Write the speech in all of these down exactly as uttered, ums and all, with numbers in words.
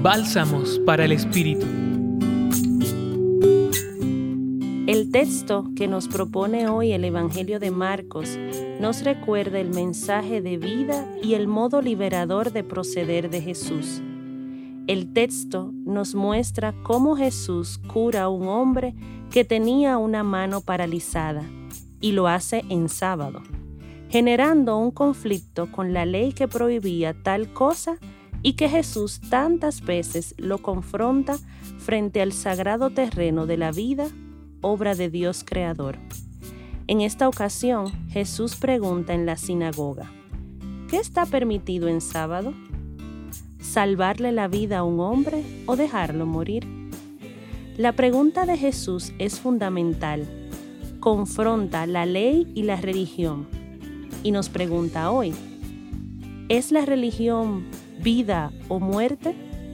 Bálsamos para el Espíritu. El texto que nos propone hoy el Evangelio de Marcos nos recuerda el mensaje de vida y el modo liberador de proceder de Jesús. El texto nos muestra cómo Jesús cura a un hombre que tenía una mano paralizada y lo hace en sábado, generando un conflicto con la ley que prohibía tal cosa y que Jesús tantas veces lo confronta frente al sagrado terreno de la vida, obra de Dios Creador. En esta ocasión, Jesús pregunta en la sinagoga: ¿qué está permitido en sábado? ¿Salvarle la vida a un hombre o dejarlo morir? La pregunta de Jesús es fundamental. Confronta la ley y la religión. Y nos pregunta hoy: ¿es la religión vida o muerte?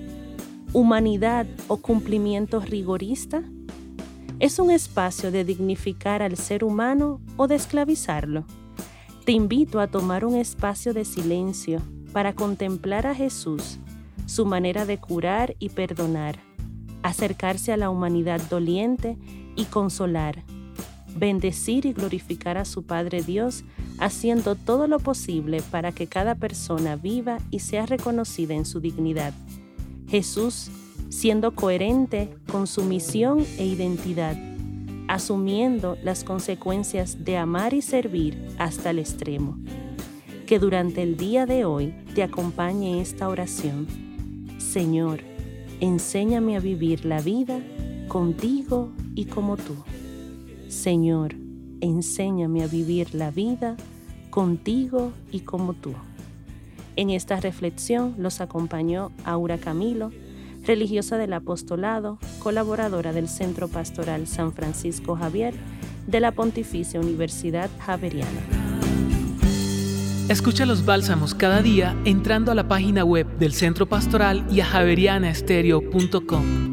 ¿Humanidad o cumplimiento rigorista? ¿Es un espacio de dignificar al ser humano o de esclavizarlo? Te invito a tomar un espacio de silencio para contemplar a Jesús, su manera de curar y perdonar, acercarse a la humanidad doliente y consolar, bendecir y glorificar a su Padre Dios, haciendo todo lo posible para que cada persona viva y sea reconocida en su dignidad. Jesús, siendo coherente con su misión e identidad, asumiendo las consecuencias de amar y servir hasta el extremo. Que durante el día de hoy te acompañe esta oración. Señor, enséñame a vivir la vida contigo y como tú. Señor, enséñame a vivir la vida contigo y como tú. En esta reflexión los acompañó Aura Camilo, religiosa del apostolado, colaboradora del Centro Pastoral San Francisco Javier de la Pontificia Universidad Javeriana. Escucha los bálsamos cada día entrando a la página web del Centro Pastoral y a javeriana estéreo punto com.